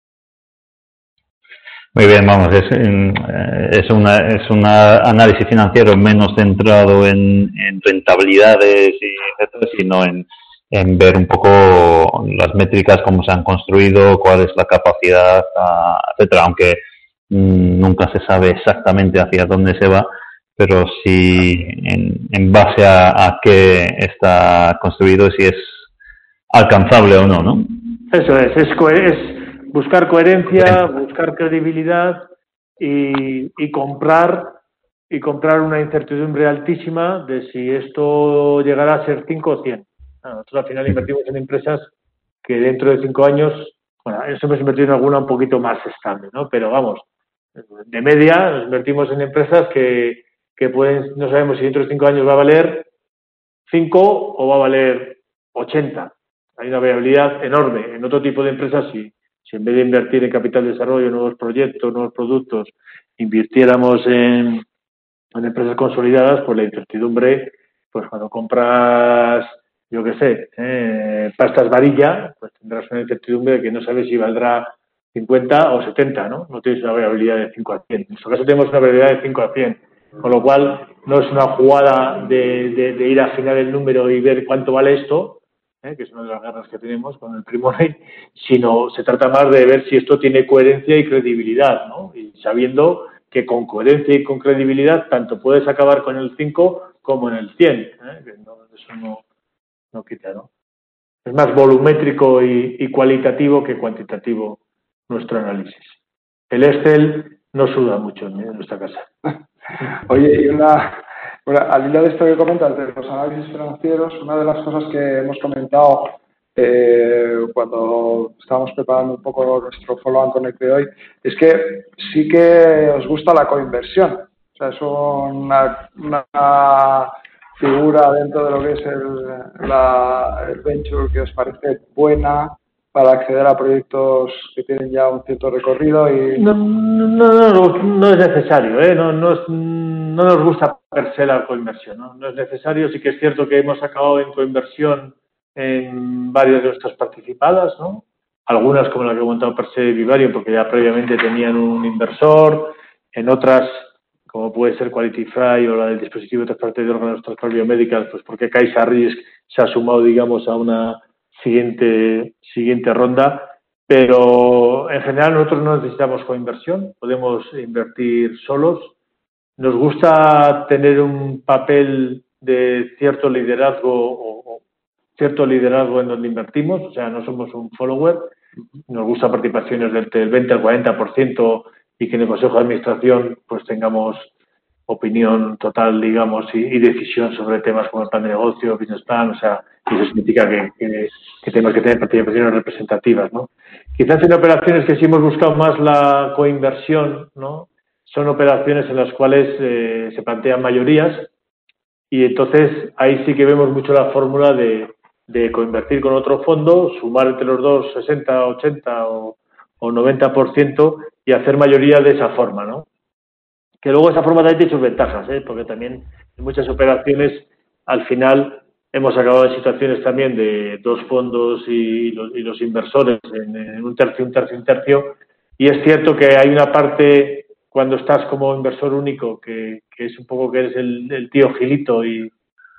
Muy bien, vamos, es, es una es un análisis financiero menos centrado en, en rentabilidades y etcétera, sino en, en ver un poco las métricas, cómo se han construido, cuál es la capacidad, etcétera, aunque mmm, nunca se sabe exactamente hacia dónde se va, pero sí en, en base a, a qué está construido, si es alcanzable o no, ¿no? Eso es, es, es buscar coherencia, buscar credibilidad y, y comprar y comprar una incertidumbre altísima de si esto llegará a ser cinco o cien. Nosotros al final invertimos en empresas que dentro de cinco años, bueno, eso hemos invertido en alguna un poquito más estable, ¿no? Pero vamos, de media nos invertimos en empresas que, que pueden, no sabemos si dentro de cinco años va a valer cinco o va a valer ochenta. Hay una variabilidad enorme. En otro tipo de empresas, si, si en vez de invertir en capital de desarrollo, nuevos proyectos, nuevos productos, invirtiéramos en, en empresas consolidadas, pues la incertidumbre, pues cuando compras, yo qué sé, eh, pastas varilla, pues tendrás una incertidumbre de que no sabes si valdrá cincuenta o setenta, ¿no? No tienes una variabilidad de cinco a cien. En nuestro caso tenemos una variabilidad de cinco a cien, con lo cual no es una jugada de, de, de ir a afinar el número y ver cuánto vale esto, ¿eh? Que es una de las guerras que tenemos con el Primoray, sino se trata más de ver si esto tiene coherencia y credibilidad, ¿no? Y sabiendo que con coherencia y con credibilidad tanto puedes acabar con el cinco como en el cien, ¿eh? Que no, eso no, no quita, ¿no? Es más volumétrico y, y cualitativo que cuantitativo nuestro análisis. El Excel no suda mucho en, en nuestra casa. Oye, y una, una, al hilo de esto que comentas de los análisis financieros, una de las cosas que hemos comentado eh, cuando estábamos preparando un poco nuestro follow-on Connect de hoy, es que sí que os gusta la coinversión. O sea, es una, una figura dentro de lo que es el, la, el venture que os parece buena para acceder a proyectos que tienen ya un cierto recorrido y... No, no, no, no, no es necesario, ¿eh? No, no, es, no nos gusta per se la coinversión, ¿no? No es necesario, sí que es cierto que hemos acabado en coinversión en varias de nuestras participadas, ¿no? Algunas como la que he montado per se Vivarium, porque ya previamente tenían un inversor, en otras como puede ser Qualitify o la del dispositivo de transporte de órganos Transport Biomédicas, pues porque Caixa Risk se ha sumado, digamos, a una siguiente siguiente ronda, pero en general nosotros no necesitamos coinversión, podemos invertir solos. Nos gusta tener un papel de cierto liderazgo o, o cierto liderazgo en donde invertimos, o sea, no somos un follower. Nos gusta participaciones del veinte al cuarenta por ciento y que en el Consejo de Administración pues tengamos opinión total, digamos, y, y decisión sobre temas como el plan de negocio, business plan, o sea, y eso significa que, que, que tenemos que tener participaciones representativas, ¿no? Quizás en operaciones que sí hemos buscado más la coinversión, ¿no? Son operaciones en las cuales eh, se plantean mayorías y entonces ahí sí que vemos mucho la fórmula de, de coinvertir con otro fondo, sumar entre los dos sesenta, ochenta o, o noventa por ciento y hacer mayoría de esa forma, ¿no? Que luego esa forma también tiene sus ventajas, ¿eh? Porque también en muchas operaciones al final hemos acabado en situaciones también de dos fondos y los, y los inversores en, en un tercio, un tercio, un tercio, y es cierto que hay una parte cuando estás como inversor único que, que es un poco que eres el, el tío Gilito y,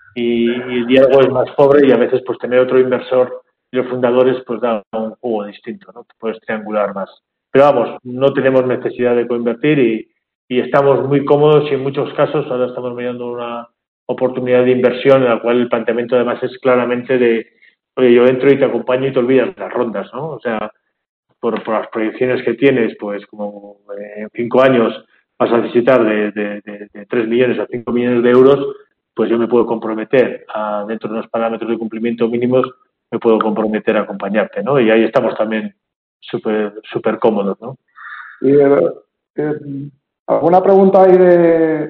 y, y el diálogo es más pobre y a veces pues tener otro inversor y los fundadores pues da un juego distinto, ¿no? Te puedes triangular más. Pero vamos, no tenemos necesidad de coinvertir y y estamos muy cómodos y en muchos casos ahora estamos mirando una oportunidad de inversión en la cual el planteamiento además es claramente de, oye, yo entro y te acompaño y te olvidas de las rondas, ¿no? O sea, por, por las proyecciones que tienes, pues como en cinco años vas a necesitar de, de, de, de tres millones a cinco millones de euros, pues yo me puedo comprometer a, dentro de unos parámetros de cumplimiento mínimos, me puedo comprometer a acompañarte, ¿no? Y ahí estamos también súper súper cómodos, ¿no? Y, eh, eh, ¿alguna pregunta ahí de,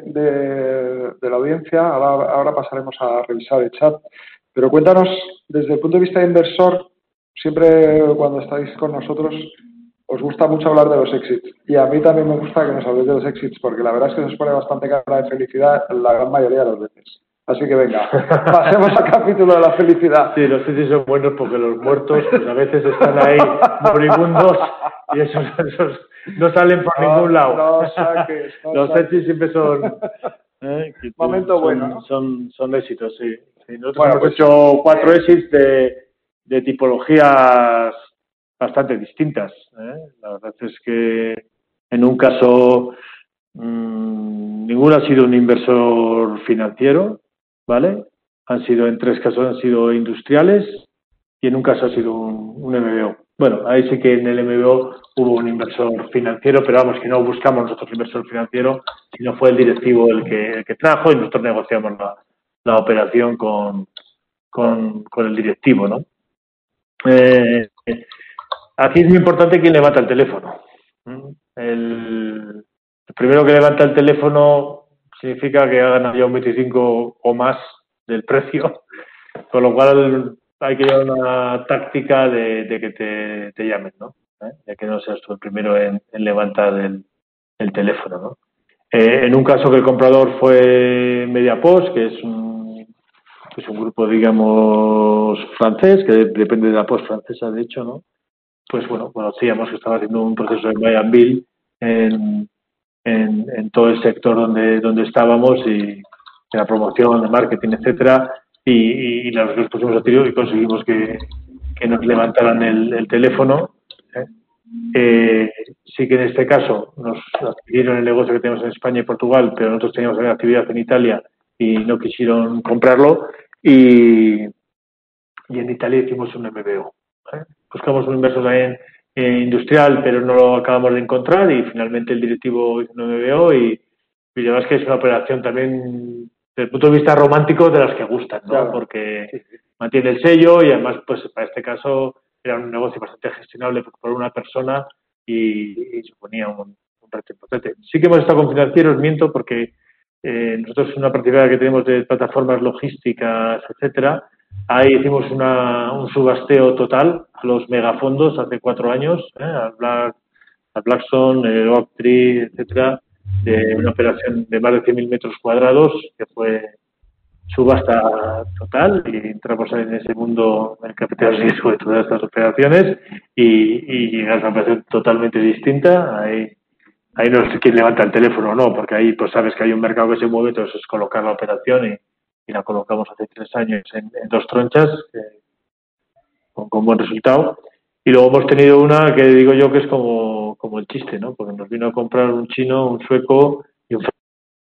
de, de la audiencia? Ahora, ahora pasaremos a revisar el chat. Pero cuéntanos, desde el punto de vista de inversor, siempre cuando estáis con nosotros os gusta mucho hablar de los exits. Y a mí también me gusta que nos habléis de los exits, porque la verdad es que se os pone bastante cara de felicidad la gran mayoría de las veces. Así que venga, pasemos al capítulo de la felicidad. Sí, los exits son buenos porque los muertos pues a veces están ahí moribundos y esos, esos no salen por no, ningún lado. No saques, no los saques. exits siempre son... ¿eh? Momento son, bueno, ¿no? Son, son éxitos, sí. sí nosotros bueno, hemos pues, hecho cuatro exits de, de tipologías bastante distintas. ¿eh? La verdad es que en un caso mmm, ninguno ha sido un inversor financiero, ¿vale? Han sido, en tres casos han sido industriales y en un caso ha sido un, un M B O. Bueno, ahí sí que en el M B O hubo un inversor financiero, pero vamos, que no buscamos nosotros inversor financiero, sino fue el directivo el que, el que trajo y nosotros negociamos la, la operación con, con, con el directivo, ¿no? Eh, aquí es muy importante quién levanta el teléfono. El, el primero que levanta el teléfono significa que ha ganado ya un veinticinco o más del precio, con lo cual hay que llevar una táctica de, de que te, te llamen, ¿no? ¿Eh? Ya que no seas tú el primero en, en levantar el, el teléfono, ¿no? Eh, en un caso que el comprador fue Mediapost, que es un, es un grupo, digamos, francés, que depende de la Post francesa, de hecho, ¿no? Pues bueno, conocíamos que estaba haciendo un proceso de buy and build en, en, en todo el sector donde, donde estábamos y en la promoción, de marketing, etcétera, y, y, y los, los pusimos a tiro y conseguimos que, que nos levantaran el, el teléfono. ¿eh? Eh, sí que en este caso nos adquirieron el negocio que tenemos en España y Portugal, pero nosotros teníamos actividad en Italia y no quisieron comprarlo, y, y en Italia hicimos un M B O. ¿eh? Buscamos un inversor también eh, industrial, pero no lo acabamos de encontrar y finalmente el directivo hizo un M B O y, y además que es una operación también desde el punto de vista romántico de las que gustan, ¿no? Claro. Porque mantiene el sello y además pues para este caso era un negocio bastante gestionable por una persona y, y suponía un, un reto importante. Sí que hemos estado con financieros, miento, porque eh, nosotros una particularidad que tenemos de plataformas logísticas, etcétera. Ahí hicimos una, un subasteo total a los megafondos hace cuatro años, ¿eh? al, Black, al Blackstone, el Oaktree, etcétera, de una operación de más de cien mil metros cuadrados que fue subasta total y entramos en ese mundo en el capital de riesgo de todas estas operaciones y, y es una operación totalmente distinta. Ahí, ahí no es quien levanta el teléfono o no, porque ahí pues sabes que hay un mercado que se mueve, entonces es colocar la operación y y la colocamos hace tres años en, en dos tronchas eh, con, con buen resultado. Y luego hemos tenido una que digo yo que es como, como el chiste, ¿no? Porque nos vino a comprar un chino, un sueco y un...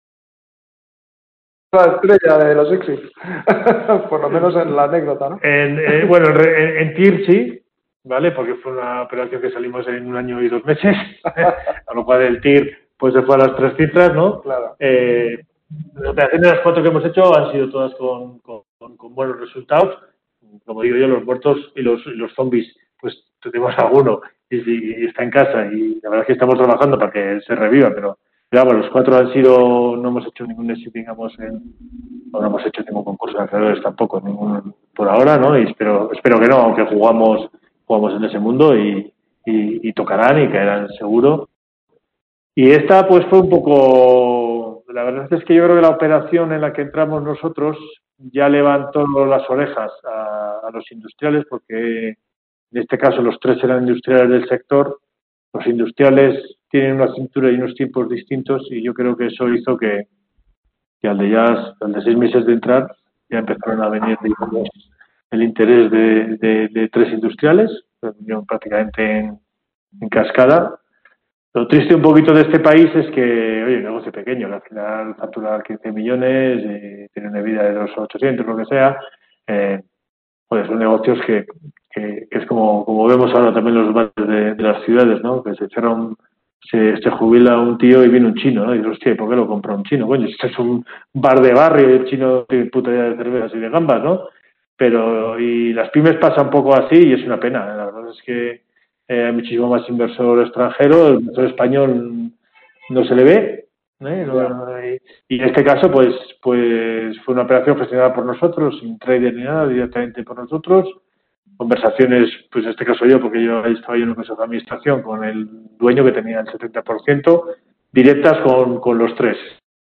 La estrella de los exits, por lo menos en la anécdota, ¿no? En, eh, bueno, en, en T I R sí, ¿vale? Porque fue una operación que salimos en un año y dos meses, a lo cual el T I R pues se fue a las tres cifras, ¿no? Claro. Eh, Las operaciones de las cuatro que hemos hecho han sido todas con, con, con buenos resultados. Como digo yo, los muertos y los, y los zombies, pues tenemos alguno y, y está en casa y la verdad es que estamos trabajando para que se reviva, pero digamos, los cuatro han sido, no hemos hecho ningún éxito, digamos, en, no hemos hecho ningún concurso de acreedores tampoco, ningún por ahora, ¿no? Y espero, espero que no, aunque jugamos, jugamos en ese mundo y, y, y tocarán y caerán seguro. Y esta pues fue un poco, la verdad es que yo creo que la operación en la que entramos nosotros ya levantó las orejas a, a los industriales, porque en este caso los tres eran industriales del sector. Los industriales tienen una cintura y unos tiempos distintos y yo creo que eso hizo que, que al de ya, al de seis meses de entrar, ya empezaron a venir, digamos, el interés de, de, de tres industriales, prácticamente en, en cascada. Lo triste un poquito de este país es que, oye, un negocio pequeño, que al final factura quince millones, eh, tiene una vida de dos a ochocientos, lo que sea, eh, pues son negocios que, que, que es como, como vemos ahora también los bares de, de las ciudades, ¿no? Que se cierra un, se, se jubila un tío y viene un chino, ¿no? Y dices, hostia, ¿por qué lo compra un chino? Coño, este es un bar de barrio y el chino tiene puta idea de cervezas y de gambas, ¿no? Pero, y las pymes pasan un poco así y es una pena, la verdad es que Eh, hay muchísimo más inversor extranjero, el inversor español no se le ve, ¿eh? No, y, y en este caso pues pues fue una operación gestionada por nosotros, sin trader ni nada, directamente por nosotros, conversaciones, pues en este caso yo, porque yo ahí estaba yo en un consejo de administración con el dueño que tenía el setenta por ciento, directas con, con los tres.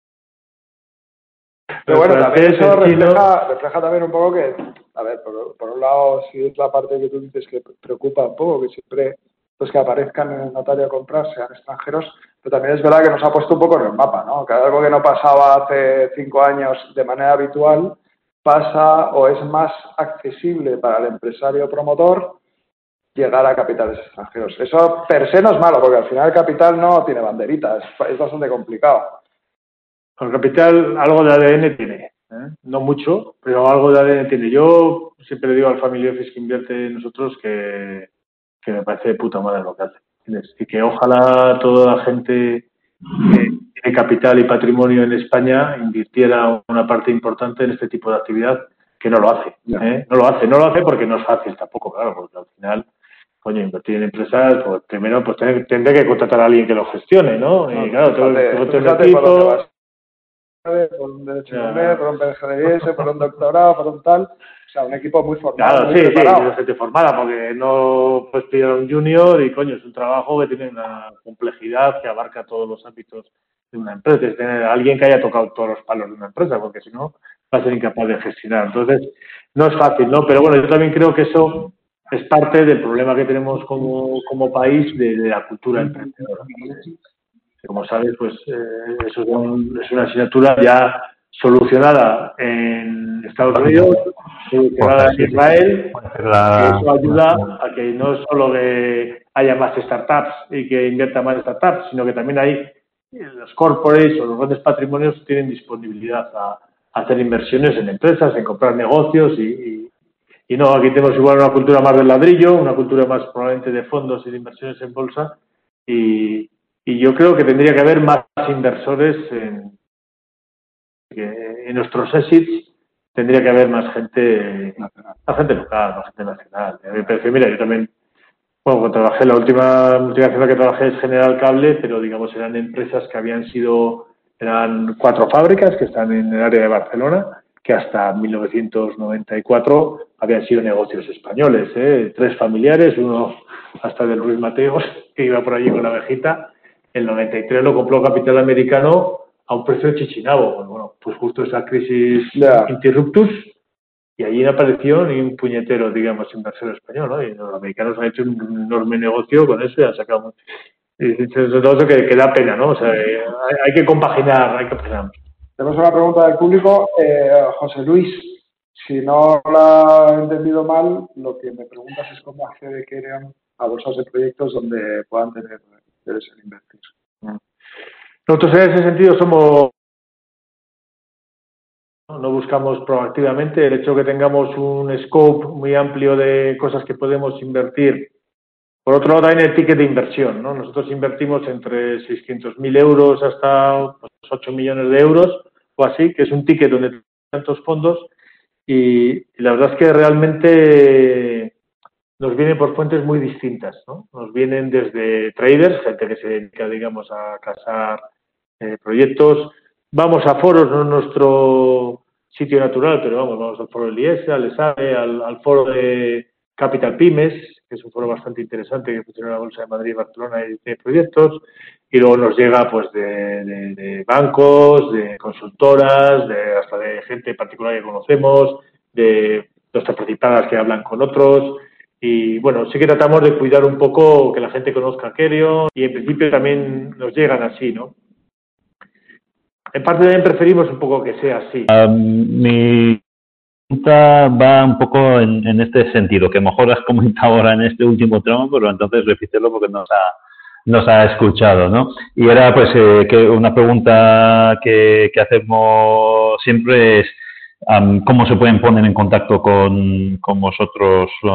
Pero bueno, también eso refleja, refleja también un poco que, a ver, por, por un lado, si es la parte que tú dices que preocupa un poco, que siempre los que aparezcan en el notario a comprar sean extranjeros, pero también es verdad que nos ha puesto un poco en el mapa, ¿no? Que algo que no pasaba hace cinco años de manera habitual, pasa o es más accesible para el empresario promotor llegar a capitales extranjeros. Eso per se no es malo, porque al final el capital no tiene banderitas, es bastante complicado. El capital algo de A D N tiene, ¿eh? No mucho, pero algo de A D N tiene. Yo siempre le digo al family office que invierte en nosotros que, que me parece de puta madre lo que hace. ¿Entiendes? Y que ojalá toda la gente que tiene capital y patrimonio en España invirtiera una parte importante en este tipo de actividad, que no lo hace. ¿eh? No lo hace, no lo hace porque no es fácil tampoco, claro, porque al final, coño, invertir en empresas, pues primero pues tendré que contratar a alguien que lo gestione, ¿no? Y claro, tengo que tener un equipo. Por un derecho de comer, por un P G D S, por un doctorado, por un tal, o sea, un equipo muy formado. Claro, muy sí, preparado. sí, gente formada, porque no puedes pedir a un junior y, coño, es un trabajo que tiene una complejidad que abarca todos los ámbitos de una empresa. Es tener a alguien que haya tocado todos los palos de una empresa, porque si no, va a ser incapaz de gestionar. Entonces, no es fácil, ¿no? Pero bueno, yo también creo que eso es parte del problema que tenemos como, como país de, de la cultura emprendedora. Como sabes, pues eh, eso es, un, es una asignatura ya solucionada en Estados Unidos, solucionada en Israel, que eso ayuda a que no solo que haya más startups y que invierta más startups, sino que también hay los corporates o los grandes patrimonios tienen disponibilidad a, a hacer inversiones en empresas, en comprar negocios y, y, y no, aquí tenemos igual una cultura más del ladrillo, una cultura más probablemente de fondos y de inversiones en bolsa y Y yo creo que tendría que haber más inversores en, en nuestros exits, tendría que haber más gente, más gente local, más gente nacional. Me parece, mira, yo también, bueno, trabajé, la última multinacional que trabajé es General Cable, pero digamos eran empresas que habían sido, eran cuatro fábricas que están en el área de Barcelona, que hasta mil novecientos noventa y cuatro habían sido negocios españoles, ¿eh? Tres familiares, uno hasta del Ruiz Mateos, que iba por allí con la abejita. El noventa y tres lo compró capital americano a un precio de chichinabo. Pues bueno, pues justo esa crisis yeah. interruptus y allí no apareció ni un puñetero, digamos, inversor español, ¿no? Y los americanos han hecho un enorme negocio con eso y han sacado mucho. Y es un negocio que, que da pena, ¿no? O sea, hay, hay que compaginar, hay que compaginar. Tenemos una pregunta del público. Eh, José Luis, si no la he entendido mal, lo que me preguntas es cómo accede Keream a bolsas de proyectos donde puedan tener interés en invertir. Nosotros en ese sentido somos, no buscamos proactivamente, el hecho de que tengamos un scope muy amplio de cosas que podemos invertir. Por otro lado, también el ticket de inversión, ¿no? Nosotros invertimos entre seiscientos mil euros hasta pues, ocho millones de euros, o así, que es un ticket donde hay tantos fondos y, y la verdad es que realmente nos vienen por fuentes muy distintas, ¿no? Nos vienen desde traders, gente que se dedica, digamos, a casar eh, proyectos. Vamos a foros, no es nuestro sitio natural, pero vamos, vamos al foro del I E S, al ESADE, al, al foro de Capital Pymes, que es un foro bastante interesante que funciona en la Bolsa de Madrid y Barcelona y tiene proyectos. Y luego nos llega pues de, de, de bancos, de consultoras, de hasta de gente particular que conocemos, de nuestras participadas que hablan con otros. Y bueno, sí que tratamos de cuidar un poco que la gente conozca a Kerion y en principio también nos llegan así, ¿no? En parte también preferimos un poco que sea así. Um, mi pregunta va un poco en, en este sentido, que mejor has comentado ahora en este último tramo, pero entonces repítelo porque nos ha, nos ha escuchado, ¿no? Y era pues eh, que una pregunta que, que hacemos siempre es Um, ¿cómo se pueden poner en contacto con, con vosotros uh,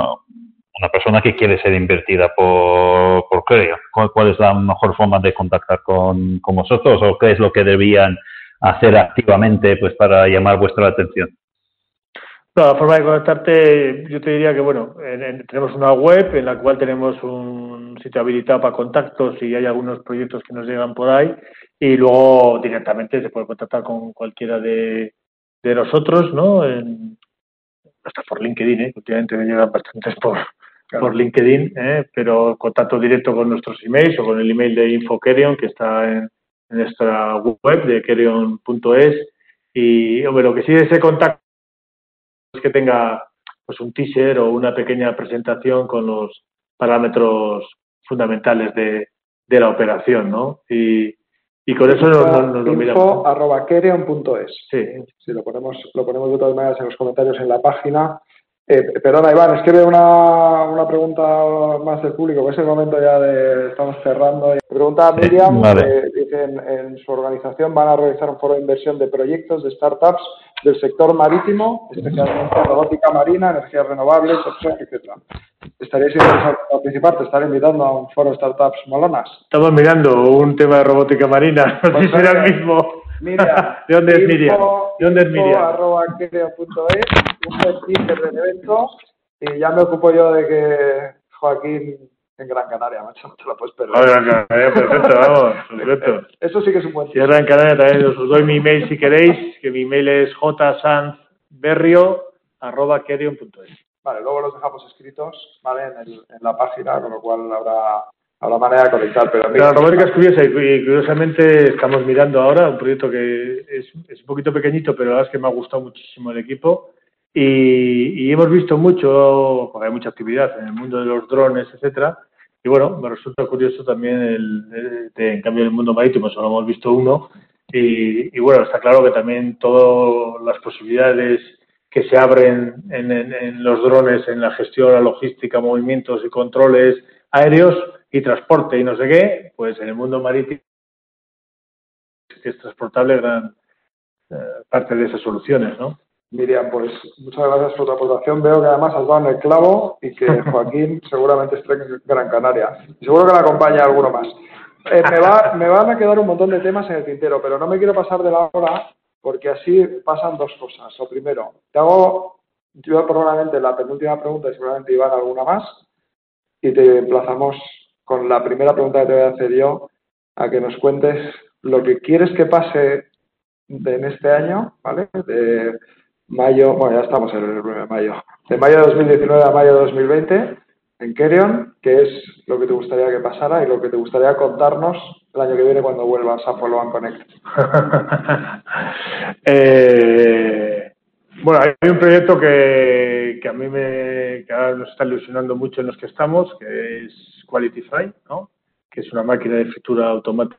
una persona que quiere ser invertida por, por Kerion? ¿Cuál, ¿Cuál es la mejor forma de contactar con, con vosotros o qué es lo que debían hacer activamente pues para llamar vuestra atención? No, la forma de conectarte, yo te diría que, bueno, en, en, tenemos una web en la cual tenemos un sitio habilitado para contactos y hay algunos proyectos que nos llegan por ahí y luego directamente se puede contactar con cualquiera de de nosotros, ¿no? En, hasta por LinkedIn, ¿eh? Últimamente me llegan bastantes por, claro. por LinkedIn, ¿eh? Pero contacto directo con nuestros emails o con el email de InfoKerion que está en, en nuestra web de kerion punto es y, hombre, lo que sí es ese contacto es que tenga pues un teaser o una pequeña presentación con los parámetros fundamentales de, de la operación, ¿no? Y Y con eso nos, nos, nos lo miramos. info arroba kerion punto es. Sí. Sí, lo ponemos, lo ponemos de todas maneras en los comentarios en la página. Eh, perdona, Iván, es que veo una, una pregunta más del público, que es el momento ya de... Estamos cerrando. Pregunta a Miriam, vale. que dice en, en su organización van a realizar un foro de inversión de proyectos de startups del sector marítimo, especialmente robótica marina, energías renovables, offshore, etcétera. ¿Estaríais interesados en participar? Te estaré invitando a un foro de startups molonas. Estamos mirando un tema de robótica marina, no sé si será el mismo. Miriam, ¿De dónde es Miriam? ¿De dónde es Miriam? arroba kerion punto es, un teaser del evento y ya me ocupo yo de que Joaquín en Gran Canaria, macho, no te lo puedes perder. Oh, Gran Canaria, perfecto, vamos, perfecto. Eso sí que es un buen Si es Gran Canaria también os doy mi email si queréis, que mi email es jsanzberrio arroba kerion punto es. Vale, luego los dejamos escritos, ¿vale? En, el, en la página, con lo cual habrá... Habrá manera de conectar, pero... La robótica es curiosa y curiosamente estamos mirando ahora un proyecto que es, es un poquito pequeñito, pero la verdad es que me ha gustado muchísimo el equipo y, y hemos visto mucho, porque hay mucha actividad en el mundo de los drones, etcétera, y bueno, me resulta curioso también el, el, el en cambio en el mundo marítimo solo hemos visto uno y, y bueno, está claro que también todas las posibilidades que se abren en, en, en los drones, en la gestión, la logística, movimientos y controles aéreos y transporte y no sé qué, pues en el mundo marítimo que es transportable gran eh, parte de esas soluciones, ¿no? Miriam, pues muchas gracias por tu aportación. Veo que además has dado en el clavo y que Joaquín seguramente esté en Gran Canaria. Y seguro que le acompaña alguno más. Eh, me, va, me van a quedar un montón de temas en el tintero, pero no me quiero pasar de la hora porque así pasan dos cosas. Lo primero, te hago yo probablemente la penúltima pregunta y seguramente Iván alguna más y te emplazamos con la primera pregunta que te voy a hacer yo, a que nos cuentes lo que quieres que pase de, en este año, ¿vale? De mayo, bueno, ya estamos en el primero de mayo, de mayo de dos mil diecinueve a mayo de dos mil veinte, en Kerion, que es lo que te gustaría que pasara y lo que te gustaría contarnos el año que viene cuando vuelvas a Follow and Connect. eh, bueno, hay un proyecto que, que a mí me que ahora nos está ilusionando mucho en los que estamos, que es Qualify, ¿no? Que es una máquina de fritura automática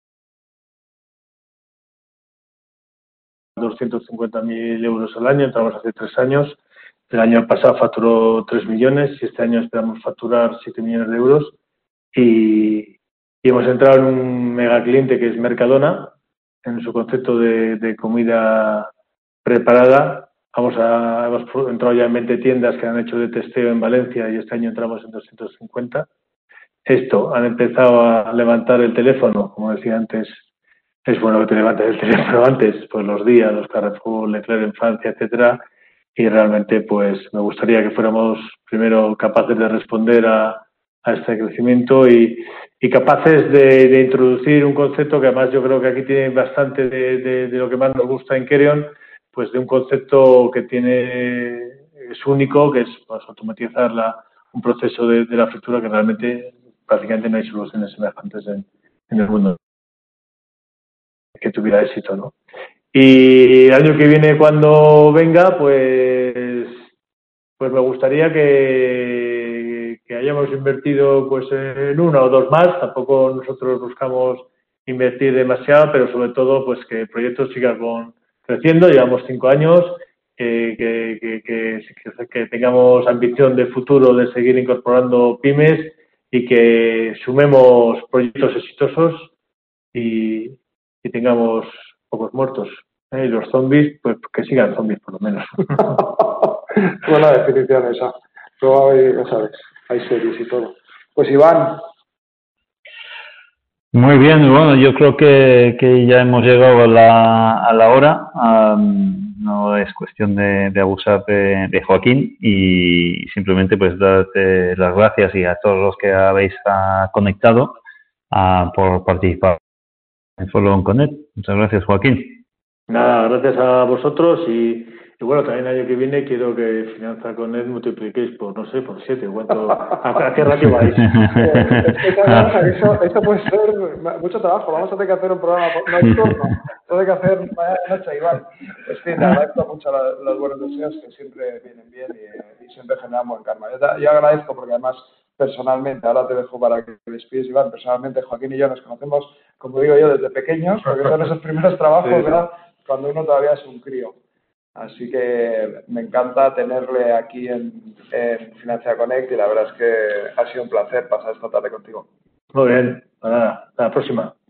doscientos cincuenta mil euros al año, entramos hace tres años. El año pasado facturó tres millones y este año esperamos facturar siete millones de euros. Y, y hemos entrado en un mega cliente que es Mercadona, en su concepto de, de comida preparada. Vamos a, hemos entrado ya en veinte tiendas que han hecho de testeo en Valencia y este año entramos en doscientos cincuenta. Esto, han empezado a levantar el teléfono, como decía antes es bueno que te levantes el teléfono antes, pues los días, los Carrefour, Leclerc en Francia, etcétera, y realmente pues me gustaría que fuéramos primero capaces de responder a, a este crecimiento y, y capaces de, de introducir un concepto que además yo creo que aquí tiene bastante de, de, de lo que más nos gusta en Kerion, pues de un concepto que tiene, es único, que es pues, automatizar la, un proceso de, de la fractura que realmente prácticamente no hay soluciones semejantes en, en el mundo que tuviera éxito, ¿no? Y el año que viene, cuando venga, pues pues me gustaría que, que hayamos invertido pues en una o dos más. Tampoco nosotros buscamos invertir demasiado, pero sobre todo pues que el proyecto siga con, creciendo. Llevamos cinco años, eh, que, que, que, que tengamos ambición de futuro de seguir incorporando pymes y que sumemos proyectos exitosos y, y tengamos pocos muertos. ¿eh? Y los zombies, pues que sigan zombies por lo menos. Buena definición esa. Luego hay, ya sabes, hay series y todo. Pues Iván. Muy bien, bueno, yo creo que, que ya hemos llegado a la, a la hora. Um, no es cuestión de, de abusar de, de Joaquín y simplemente pues darte las gracias y a todos los que habéis uh, conectado uh, por participar en Follow on Connect. Muchas gracias, Joaquín. Nada, gracias a vosotros y, y bueno, también el año que viene quiero que Finanza Connect multipliquéis por, no sé, por siete. ¿Cuánto, a, ¿A qué ratio vais? Eh, es que eso, eso puede ser mucho trabajo. Vamos a tener que hacer un programa nocturno. Tengo que hacer mañana noche, Iván. Pues sí, te agradezco mucho los, los buenos deseos que siempre vienen bien y, y siempre generan buen karma. Yo, te, yo agradezco porque además personalmente, ahora te dejo para que despides, Iván, personalmente Joaquín y yo nos conocemos, como digo yo, desde pequeños, porque son esos primeros trabajos, sí, ¿verdad? Cuando uno todavía es un crío. Así que me encanta tenerle aquí en, en Financia Connect y la verdad es que ha sido un placer pasar esta tarde contigo. Muy bien, nada, hasta la próxima.